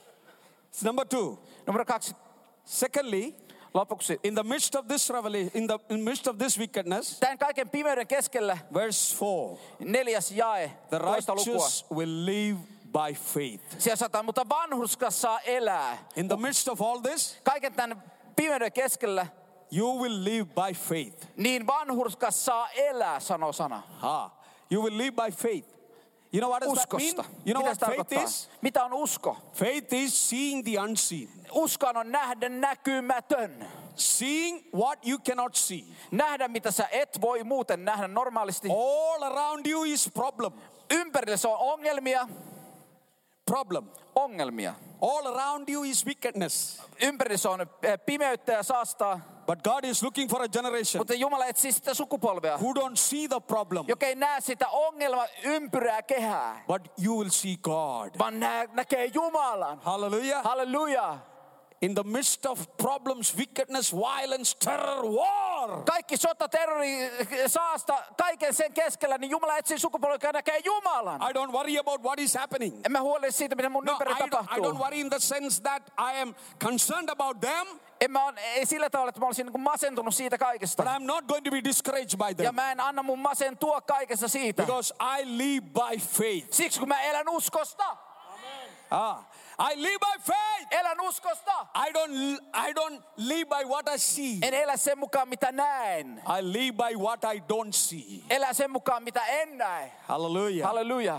Number two. Numero kaksi. Secondly, Lopuksi. in the midst of this revelation, in the, in the midst of this wickedness, Tämän kaiken pimeyden keskellä verse four, neljäs jae, the toista lukua. righteous will live by faith. Siellä sanotaan, mutta vanhurskas saa elää. In the midst of all this, Kaiken tämän pimeyden keskellä, you will live by faith. niin vanhurskas saa elää, sanoo sana. Ah, you will live by faith. You know what does that Uskosta. mean? You know Mitä what se faith tarkoittaa? is? Mitä on usko? Faith is seeing the unseen. Uskon on nähdä näkymätön. Seeing what you cannot see. Nähdä, mitä sä et voi muuten nähdä normaalisti. All around you is problem. Ympärillä se on ongelmia. Problem. Ongelmia. All around you is wickedness. Ympärillä se on eh, pimeyttä ja saastaa. But God is looking for a generation Mutta Jumala etsii sitä sukupolvea, who don't see the problem, joka ei näe sitä ongelma ympyrää kehää, but you will see God. vaan nä- näkee Jumalan. Hallelujah. Halleluja. In the midst of problems, wickedness, violence, terror, war. Kaikki sota, terrori, saasta, kaiken sen keskellä, niin Jumala etsii sukupolvea, joka näkee Jumalan. I don't worry about what is happening. En mä huoli siitä, mitä mun No, ympärillä I don't, I don't tapahtuu. worry in the sense that I am concerned about them, En mä on, ei sillä tavalla, että mä olisin niin masentunut siitä kaikesta. but I'm not going to be discouraged by Ja them. mä en anna mun masentua kaikessa siitä. Because I live by faith. Siksi kun mä elän uskosta. Ah, I live by faith. Elän uskosta. I don't, I don't live by what I see. En elä sen mukaan, mitä näen. I live by what I don't see. Elän sen mukaan, mitä en näe. Hallelujah. Halleluja.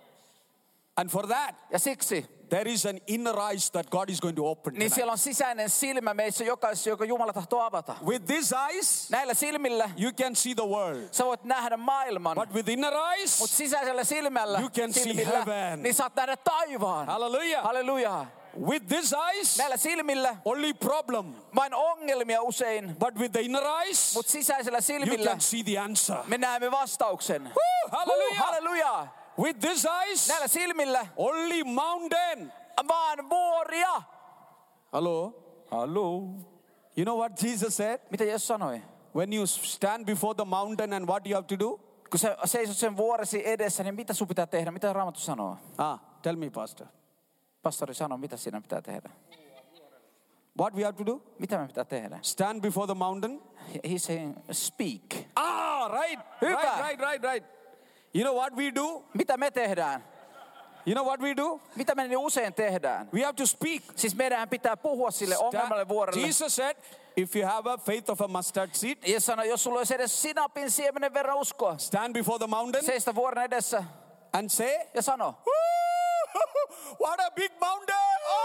And for that, Ja siksi, there is an inner eyes that God is going to open niin tonight. siellä on sisäinen silmä meissä jokaisessa, joka Jumala tahtoo avata. With these eyes, Näillä silmillä you can see the world. sä voit nähdä maailman. But with inner eyes, Mutta sisäisellä silmällä, You can see silmillä, heaven. niin saat nähdä taivaan. hallelujah. Halleluja. With this eyes, Näillä silmillä only problem. vain ongelmia usein, But with the inner eyes, mutta sisäisellä you silmillä can see the answer. me näemme vastauksen. Woo, hallelujah. Halleluja! With this eyes, Näillä silmillä only mountain. vaan vuoria. Hello? Hallo. You know what Jesus said? Mitä Jeesus sanoi? When you stand before the mountain and what you have to do? Kun sä seisot sen vuoresi edessä, niin mitä sun pitää tehdä? Mitä Raamattu sanoo? Ah, tell me, Pastor. Pastori sanoo, mitä siinä pitää tehdä? What we have to do? Mitä me pitää tehdä? Stand before the mountain. He's saying, speak. Ah, right. Hyvä. Right, right, right, right. You know what we do? Mitä me tehdään? You know what we do? Mitä me niin usein tehdään? We have to speak. Siis meidän pitää puhua sille ongelmalle vuorelle. Jesus said, if you have a faith of a mustard seed, Jeesus sanoi, jos sulla olisi edes sinapin siemenen verran uskoa, stand before the mountain seistä vuoren edessä and say, ja sano, what a big mountain!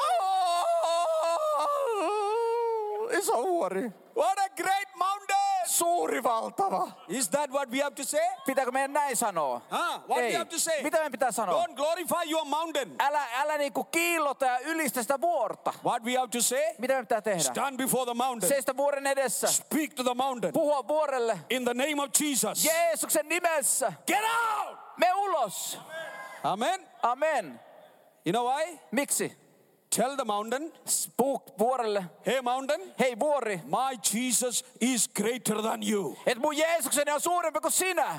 iso vuori. What a great mountain! Suuri valtava. Is that what we have to say? Pitääkö meidän näin sanoa? Huh? What Ei. we have to say? Mitä meidän pitää sanoa? Don't glorify your mountain. Älä, älä niinku kiillota ja ylistä sitä vuorta. What we have to say? Mitä meidän pitää tehdä? Stand before the mountain. Seistä vuoren edessä. Speak to the mountain. Puhua vuorelle. In the name of Jesus. Jeesuksen nimessä. Get out! Me ulos. Amen. Amen. You know why? Miksi? Tell the mountain, Puhu vuorelle. hey mountain, Hei vuori. my Jesus is greater than you. Et mun Jeesukseni on suurempi kuin sinä.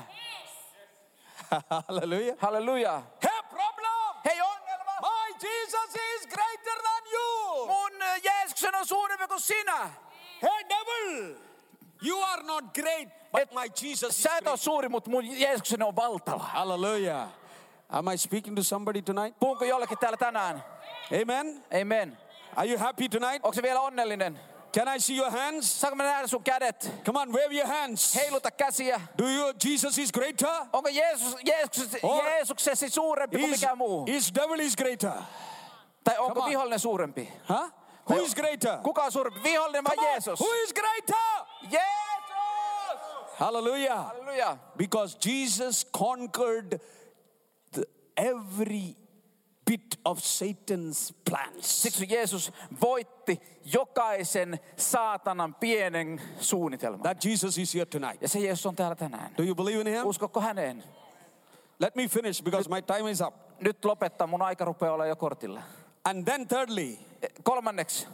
Hallelujah. Halleluja. Hey problem, Hei ongelma. my Jesus is greater than you. Mun Jeesukseni on suurempi kuin sinä. Hey devil, you are not great, but Et, my Jesus is sä et ole great. suuri, mutta mun Jeesukseni on valtava. Hallelujah. Am I speaking to somebody tonight? Puhunko jollekin täällä tänään? Amen. Amen. Are you happy tonight? Onko se vielä onnellinen? Can I see your hands? Saanko mä nähdä sun kädet? Come on, wave your hands. Heiluta käsiä. Do you, Jesus is greater? Onko Jeesus, Jeesus, Or Jeesuksesi suurempi kuin Is, mikään muu? is devil is greater? Tai onko Come on. vihollinen suurempi? Huh? Who is greater? Kuka on suurempi? Vihollinen vai Come on. Jeesus? Who is greater? Jeesus! Hallelujah. Halleluja. Because Jesus conquered the, every bit of Satan's plans. Siksi Jeesus voitti jokaisen saatanan pienen suunnitelman. That Jesus is here tonight. Ja se Jeesus on täällä tänään. Do you believe in him? Uskotko häneen? Let me finish because my time is up. Nyt lopettaa, mun aika rupeaa olla jo kortilla. And then thirdly, Kolmanneksi,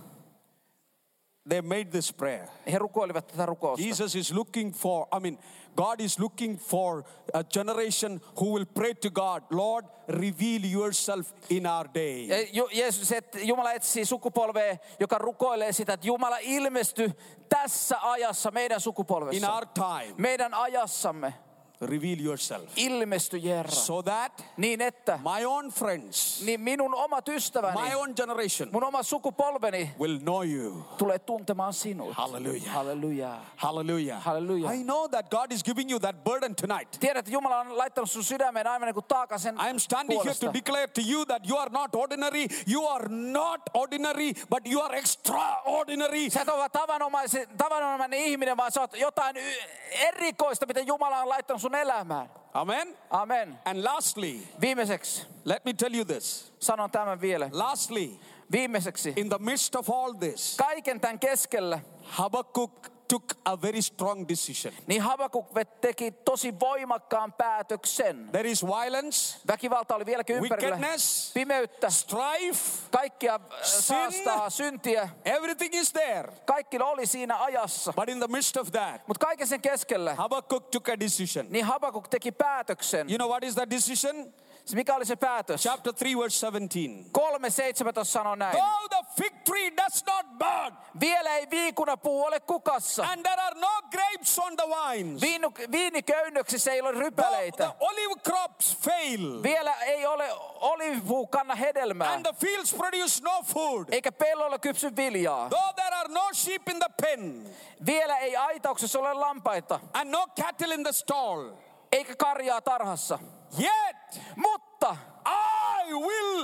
they made this prayer. he rukoilivat tätä rukousta. Jesus is looking for, I mean, God is looking for a generation who will pray to God, Lord, reveal yourself in our day. Ja Ju- Jeesus, että Jumala etsii sukupolvea, joka rukoilee sitä, että Jumala ilmesty tässä ajassa, meidän In sukupolvessa. our time, Meidän ajassamme reveal yourself. ilmesty Herra. So that Niin että my own friends, niin minun omat ystäväni, my own generation mun oma sukupolveni will know you. tulee tuntemaan sinut. Hallelujah. Halleluja. Hallelujah. Hallelujah. I know that God is giving you that burden tonight. Tiedät, että Jumala on laittanut sun sydämeen aivan niin kuin taakan sen I am standing here puolesta. to declare to you that you are not ordinary. You are not ordinary, but you are extraordinary. Sä et ole tavanomainen, tavanomainen ihminen, vaan sä oot jotain y- erikoista, mitä Jumala on laittanut sun elämään. Amen. Amen. And lastly, Viimeiseksi let me tell you this. sanon tämän vielä. Lastly, Viimeiseksi. in the midst of all this, Kaiken tämän keskellä, Habakkuk took a very strong decision. niin Habakuk teki tosi voimakkaan päätöksen. There is violence, Väkivalta oli vieläkin ympärillä. wickedness, Pimeyttä, strife, kaikkia äh, saastaa, syntiä. everything is there. Kaikki oli siinä ajassa. But in the midst of that, Mutta kaiken sen keskellä, Habakkuk took a decision. niin Habakuk teki päätöksen. You know what is that decision? Mikä oli se päätös? Chapter three, verse seventeen. kolme seitsemäntoista sanoo näin. Though the fig tree does not burn, Vielä ei viikunapuu ole kukassa. and there are no grapes on the vines, Viinu, viiniköynnöksissä ei ole though rypäleitä. the olive crops fail, Vielä ei ole olivipuu kanna hedelmää. and the fields produce no food, Eikä pellolla kypsy viljaa. though there are no sheep in the pen, Vielä ei aitauksessa ole lampaita. and no cattle in the stall, Eikä karjaa tarhassa. yet Mutta I will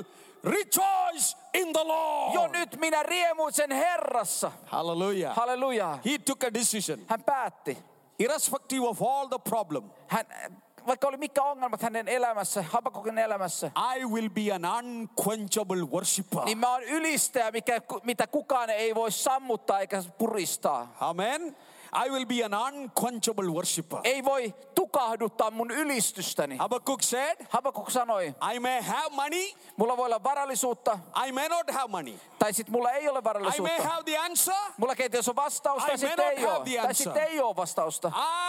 rejoice in the Lord. jo nyt minä riemuitsen Herrassa. Hallelujah. Halleluja. He took a decision. Hän päätti. Irrespective of all the problem, Hän, vaikka oli mitkä ongelmat hänen elämässä, Habakukin elämässä, I will be an unquenchable worshipper. niin mä oon ylistäjä, mikä, mitä kukaan ei voi sammuttaa eikä puristaa. Amen. I will be an unquenchable worshipper. Ei voi tukahduttaa mun ylistystäni. Habakkuk said, Habakuk sanoi, I may have money, mulla voi olla varallisuutta, I may not have money. tai sit mulla ei ole I may varallisuutta. have the answer, Mulla kenties on vastaus, I tai may sitten not ei have ole. the Tai answer. sitten ei ole vastausta.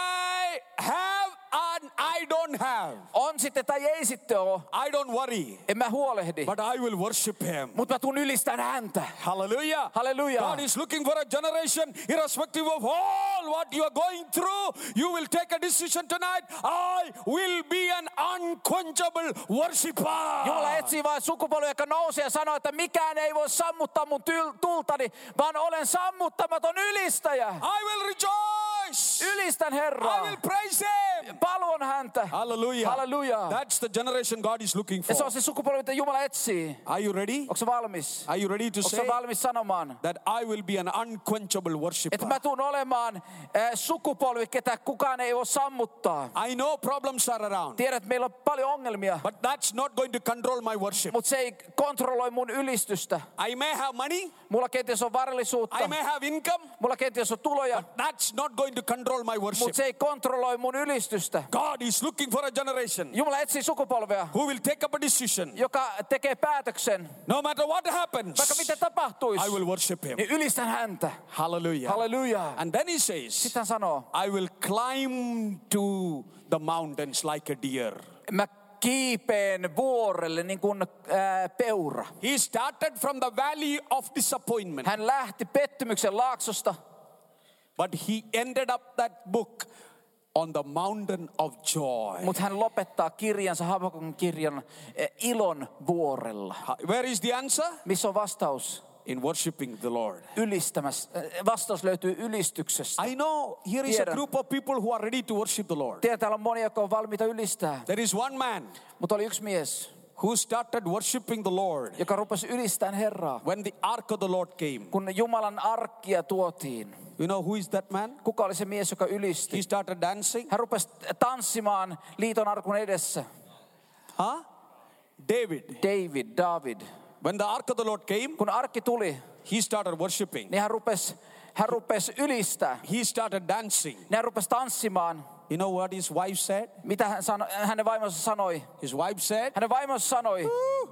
I have and I don't have. On sitten tai ei sitten ole. I don't worry, En mä huolehdi. but I will worship him. Mutta mä tuun ylistän häntä. Hallelujah. Hallelujah. God is looking for a generation, irrespective of all what you are going through. You will take a decision tonight. I will be an unquenchable worshipper. Jumala etsii vain sukupolvi, joka nousee ja sanoo, että mikään ei voi sammuttaa mun tyl- tultani, vaan olen sammuttamaton ylistäjä. I will rejoice. Ylistän I Herraa. will praise him. Palvon häntä. Hallelujah. Hallelujah. That's the generation God is looking Ja se for. on se sukupolvi, mitä Jumala etsii. Are you ready? Onko se valmis? Are you ready to Onko say se valmis sanomaan, that I will be an unquenchable worshipper? että mä tuun olemaan äh, sukupolvi, ketä kukaan ei voi sammuttaa. I know problems are around, Tiedät, että meillä on paljon ongelmia, but that's not going to control my worship. mutta se ei kontrolloi mun ylistystä. I may have money, Mulla kenties on varallisuutta, I may have income, mulla kenties on tuloja, that's not going to control my worship. mutta se ei kontrolloi mun ylistystä. God is looking for a generation Jumala etsii sukupolvea, who will take up a decision. joka tekee päätöksen, No matter what happens, vaikka mitä tapahtuisi, I will worship him. niin ylistän häntä. Hallelujah. Halleluja. And then he says, Sitten hän sanoo, I will climb to the mountains like a deer. mä kiipeen vuorelle niin kuin ää, peura. He started from the valley of disappointment, Hän lähti pettymyksen laaksosta, but he ended up that book on the mountain of joy. mutta hän lopettaa kirjansa, Habakukun kirjan, eh, ilon vuorella. Where is the answer? Missä on vastaus? In worshiping the Lord. Ylistämässä. Vastaus löytyy ylistyksestä. I know here is a Tiedän. group of people who are ready to worship the Lord. Tiedän, täällä on monia, jotka on valmiita ylistää. There is one man Mutta oli yksi mies, who started worshiping the Lord joka rupesi ylistämään Herraa. when the ark of the Lord came. Kun Jumalan arkkia tuotiin, You know who is that man? kuka oli se mies, joka ylisti? He started dancing. Hän rupesi tanssimaan liiton arkun edessä. Huh? David. David, David. When the ark of the Lord came, Kun arkki tuli, he started worshiping. niin hän rupesi, hän rupesi ylistää. He started dancing. Niin hän rupesi tanssimaan. You know what his wife said? Mitä hän sano, hänen vaimonsa sanoi? His wife said, Hänen vaimonsa sanoi,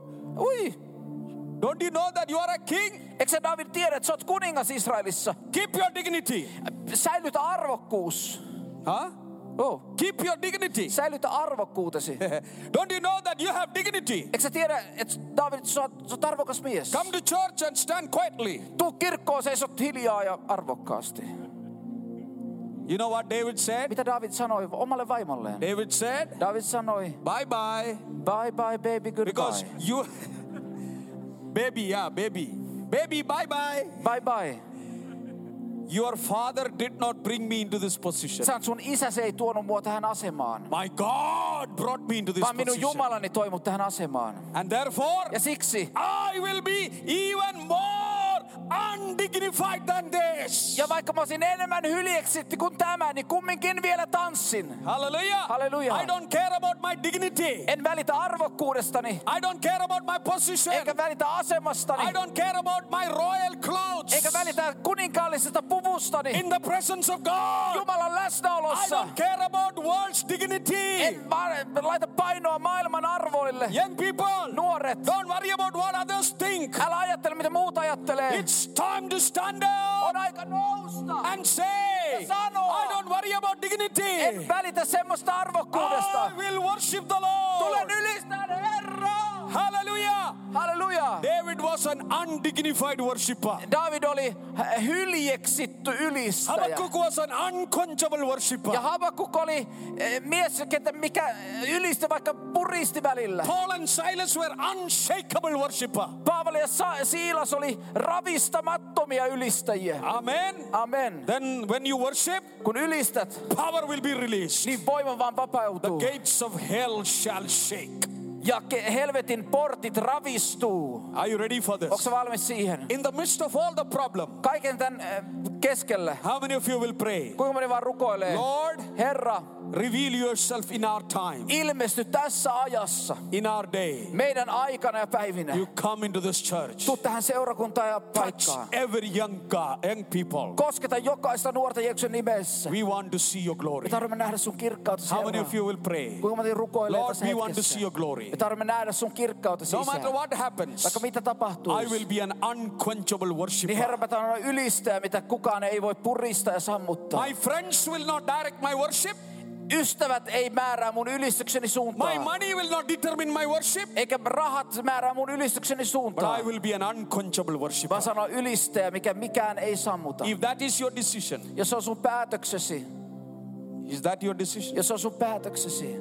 ui, don't you know that you are a king? eikö sä David tiedä, että sä oot kuningas Israelissa? Keep your dignity. Säilytä arvokkuus. Huh? Oh. Keep your dignity. Säilytä arvokkuutesi. Don't you know that you have dignity? Eikö sä tiedä, että David, sä oot, sä oot arvokas mies? Come to church and stand quietly. Tuu kirkkoon, seisot hiljaa ja arvokkaasti. You know what David said? Mitä David sanoi omalle vaimolleen? David said, David sanoi, bye bye. bye bye baby, Because goodbye. you, baby, yeah, baby. Baby, bye bye. Bye bye. Your father did not bring me into this position. Sä, sun isäsi ei tuonut mua tähän asemaan, My God brought me into this vaan minun position. Jumalani toi mut tähän asemaan. And therefore, Ja siksi, I will be even more undignified than this. ja vaikka mä olisin enemmän hyljeksitti kuin tämä, niin kumminkin vielä tanssin. Hallelujah. Hallelujah. I don't care about my dignity. En välitä arvokkuudestani, I don't care about my position. eikä välitä asemastani, I don't care about my royal clothes. eikä välitä kuninkaallisesta puvustani. In the presence of God. Jumalan I läsnäolossa. don't care about world's dignity. En ma- laita painoa maailman arvoille. Young people, Nuoret, don't worry about what others think. älä ajattele, mitä muut ajattelee. It's time to stand up On aika nousta. and say, Ja sanoa. I don't worry about dignity. En välitä semmoista arvokkuudesta. I will worship the Lord. Tulen ylistään Herraa. Hallelujah. Halleluja. David was an undignified worshipper. David oli hyljeksitty ylistäjä. Habakkuk was an unquenchable worshipper. Ja Habakuk oli eh, mies, ketä mikä ylisti vaikka puristi välillä. Paul and Silas were unshakable worshipper. Paavali ja Sa- Siilas oli ravistamattomia ylistäjiä. Amen. Amen. Then when you worship, Kun ylistät, power will be released. niin voima vaan The vapautuu. gates of hell shall shake. Ja ke- helvetin portit ravistuu. Are you ready for Onko this? sä valmis siihen? In the midst of all the problem, Kaiken tämän eh, keskellä, how many of you will pray? kuinka moni vaan rukoilee? Lord, Herra, Reveal yourself in our time. Ilmesty tässä ajassa, In our day. meidän aikana ja päivinä. You come into this church. Tuu tähän seurakuntaan ja Touch paikkaan. every young guy, young people. Kosketa jokaista nuorta Jeesuksen nimessä. We want to see your glory. Me tarvitsemme nähdä sun kirkkautesi, How many Herra. of you will pray? Kuinka moni rukoilee Lord, tässä we want to hetkessä? see your glory. Me tarvitsemme nähdä sun kirkkautesi, No Isä. matter what happens, Vaikka mitä tapahtuu, I will be an unquenchable niin worshiper. Herra, mä tahdon olla ylistää, mitä kukaan ei voi puristaa ja sammuttaa. My friends will not direct my worship. Ystävät ei määrää mun ylistykseni My suuntaan. money will not determine my worship. Eikä rahat määrää mun ylistykseni But I suuntaan. will be an unquenchable worshiper. Vaan sano ylistää, mikä mikään ei sammuta. If that is your decision, Jos se on sun päätöksesi, is that your decision? jos se on sun päätöksesi,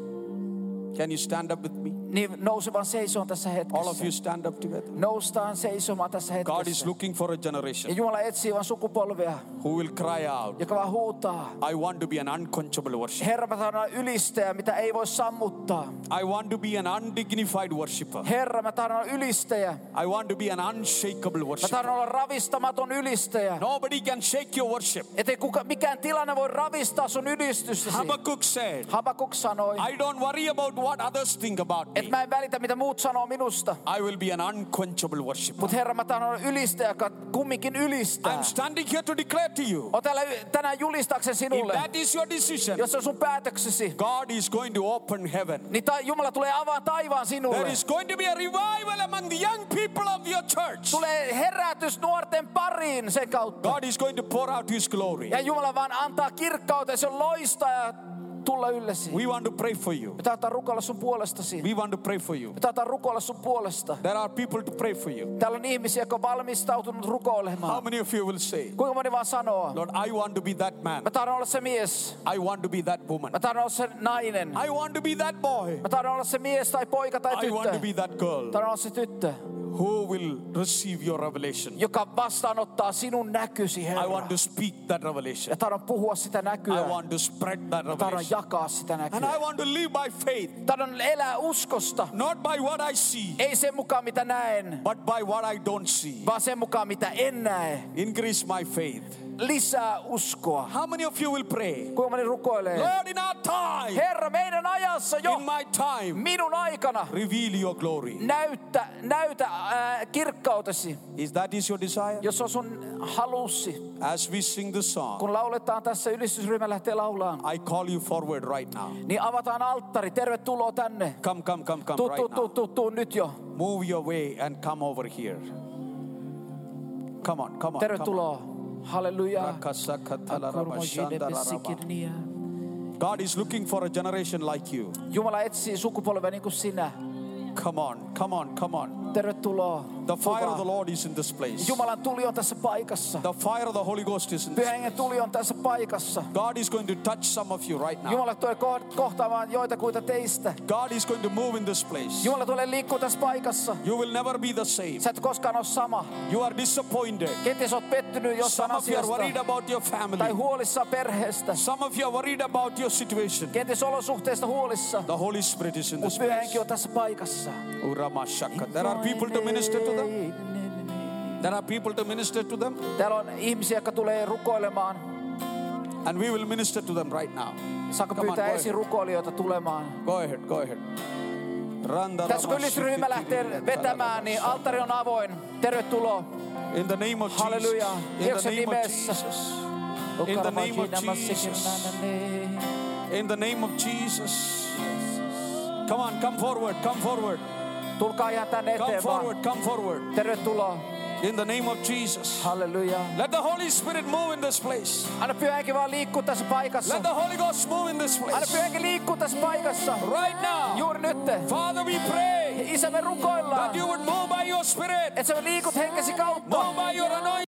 Can you stand up with me? niin nouse vaan seisoon tässä All of hetkessä. you stand up together. Noustaan seisomaan tässä God is hetkessä. looking for a Ja generation Jumala etsii vaan sukupolvea, who will cry out, joka vaan huutaa. I want to be an unquenchable worshiper. Herra, mä tahdon ylistää, mitä ei voi sammuttaa. I want to be an undignified worshiper. Herra, mä tahdon ylistäjä. I want to be an unshakable Mä worshiper. tahdon olla ravistamaton ylistäjä. Nobody can shake your worship. Ettei kuka, mikään tilanne voi ravistaa sun ylistystäsi. Habakkuk said, Habakuk sanoi, I don't worry about what others think about me. että mä en välitä, mitä muut sanoo minusta. I will be an unquenchable worshiper. Mutta Herra, mä tahdon olla ylistäjä, joka kumminkin ylistää. I'm standing here to declare to you, Oon täällä tänään julistaakseni if sinulle, that is your decision, jos se on sun päätöksesi, God is going to open heaven. niin ta- Jumala tulee avaan taivaan sinulle. There is going to be a revival among the young people of your church. Tulee herätys nuorten pariin sen kautta. God is going to pour out His glory. Ja Jumala vaan antaa kirkkauteen, se on loistaa ja tulla yllesi. We want to pray for you. Me tahtaa rukoilla sun puolestasi. We want to pray for you. Me tahtaa rukoilla sun puolesta. There are people to pray for you. Täällä on ihmisiä, jotka on valmistautunut How rukoilemaan. many of you will say, Kuinka moni vaan sanoo? Lord, I want to be that man. Mä tahdon olla se mies. I want to be that woman. Mä tahdon olla se nainen. I want to be that boy. Mä tahdon olla se mies tai poika tai I want to tyttö. be that girl Tahdon olla se tyttö, who will receive your revelation. joka vastaanottaa sinun näkysi, I Herra. want to speak that Ja revelation. tahdon puhua sitä I näkyä. want to spread that Mä tahdon revelation. jakaa sitä And näkyä. I want to live by faith, Tahdon elää uskosta. not by what I see, Ei sen mukaan, mitä näen, but by what I don't see. vaan sen mukaan, mitä en näe. Increase my faith. Lisää uskoa. How many of you will pray? Kuinka moni rukoilee? Lord, in our time, Herra, meidän ajassa jo, in my time, minun aikana, reveal your glory. näyttä, näytä ää, kirkkautesi, Is that is your desire? jos on sun halussi. As we sing the song, Kun lauletaan tässä, ylistysryhmä lähtee laulaan, I call you forward right now. niin avataan alttari. Tervetuloa tänne. Come, come, come, come Tuu, tuu, right tuu, now. tuu, tuu nyt jo. Move your way and come over here. Come on, come on, come on. Tervetuloa. Halleluja. Rakasakatalarabashandararaba. God is looking for a generation like you. Jumala etsii sukupolvea niin kuin sinä. Come on, come on, come on. Tervetuloa. The fire of the Tuvaa. Lord is in this place. Jumalan tuli on tässä paikassa. The fire of the Holy Ghost is in this Pyhän hengen tuli on tässä paikassa. God is going to touch some of you right now. Jumala tulee ko- kohtaamaan joitakuita teistä. God is going to move in this place. Jumala tulee liikkua tässä paikassa. You will never be the same. Sä et koskaan ole sama. You are disappointed. Kenties oot pettynyt jossain Some of you are worried asiasta. about your Tai family. huolissaan perheestä. Some of you are worried about your situation. Kenties olosuhteista huolissa. The Holy Spirit is in this Mutta Pyhä place. henki on tässä paikassa. Uramashaka. There are people to minister to them. There are people to minister to them. Täällä on ihmisiä, jotka tulee rukoilemaan. And we will minister to them right now. Saanko Come on, pyytää go esiin ahead. rukoilijoita tulemaan? Go ahead, go ahead. Randa Tässä kun ylistysryhmä lähtee vetämään, niin alttari on avoin. Tervetuloa. In the name of Jesus. Halleluja. In the Jeesuksen name of nimessä. Jesus. In the name of Jesus. In the name of Jesus. Come on, come forward, come forward. Tulkaa ihan tänne Come eteen vaan. forward, come forward. Tervetuloa. In the name of Jesus. Halleluja. Let the Holy Spirit move in this place. Anna Pyhä henki vaan liikkua tässä paikassa. Let the Holy Ghost move in this Anna place. Pyhä henki liikkua tässä paikassa. Right now. Juuri nyt. Father, we pray Isä, me rukoillaan, that you would move by your Spirit. että sä liikut henkesi kautta. Move by your anointing.